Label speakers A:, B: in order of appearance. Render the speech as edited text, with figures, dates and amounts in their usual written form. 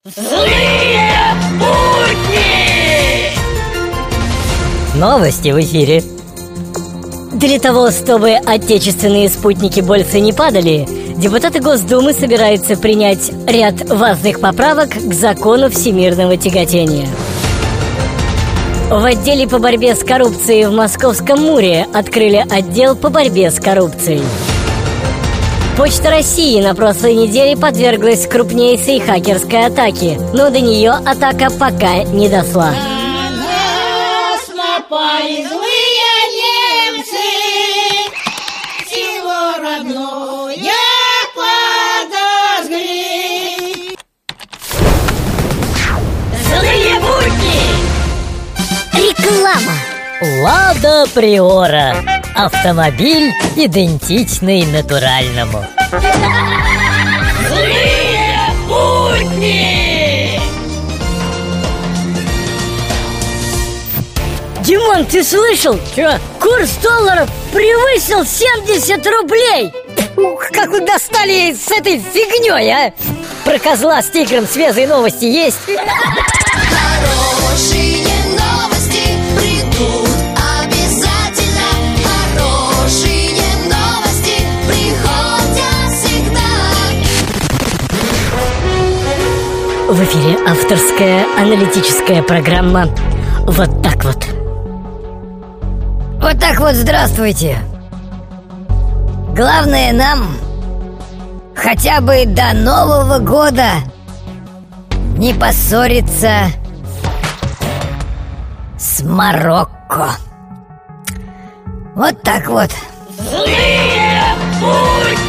A: Злые будни!
B: Новости в эфире. Для того, чтобы отечественные спутники больше не падали, депутаты Госдумы собираются принять ряд важных поправок к закону всемирного тяготения. В отделе по борьбе с коррупцией в Московском МУРе открыли отдел по борьбе с коррупцией. Почта России на прошлой неделе подверглась крупнейшей хакерской атаке, но до нее атака пока не дошла.
A: На нас напали злые немцы, село родное подожгли. Злые будни!
B: Реклама. Лада Приора. Автомобиль, идентичный натуральному.
A: Злые будни!
B: Димон, ты слышал?
C: Чё?
B: Курс доллара превысил 70 рублей!
C: Ух, как вы достали с этой фигней, а!
B: Про козла с тигром свежие новости есть?
D: Хорошие новости придут обязательно. Хорошие новости приходят всегда.
B: В эфире авторская аналитическая программа «Вот так вот».
C: Вот так вот, здравствуйте. Главное нам хотя бы до Нового года не поссориться с Марокко. Вот так вот.
A: Злые будни!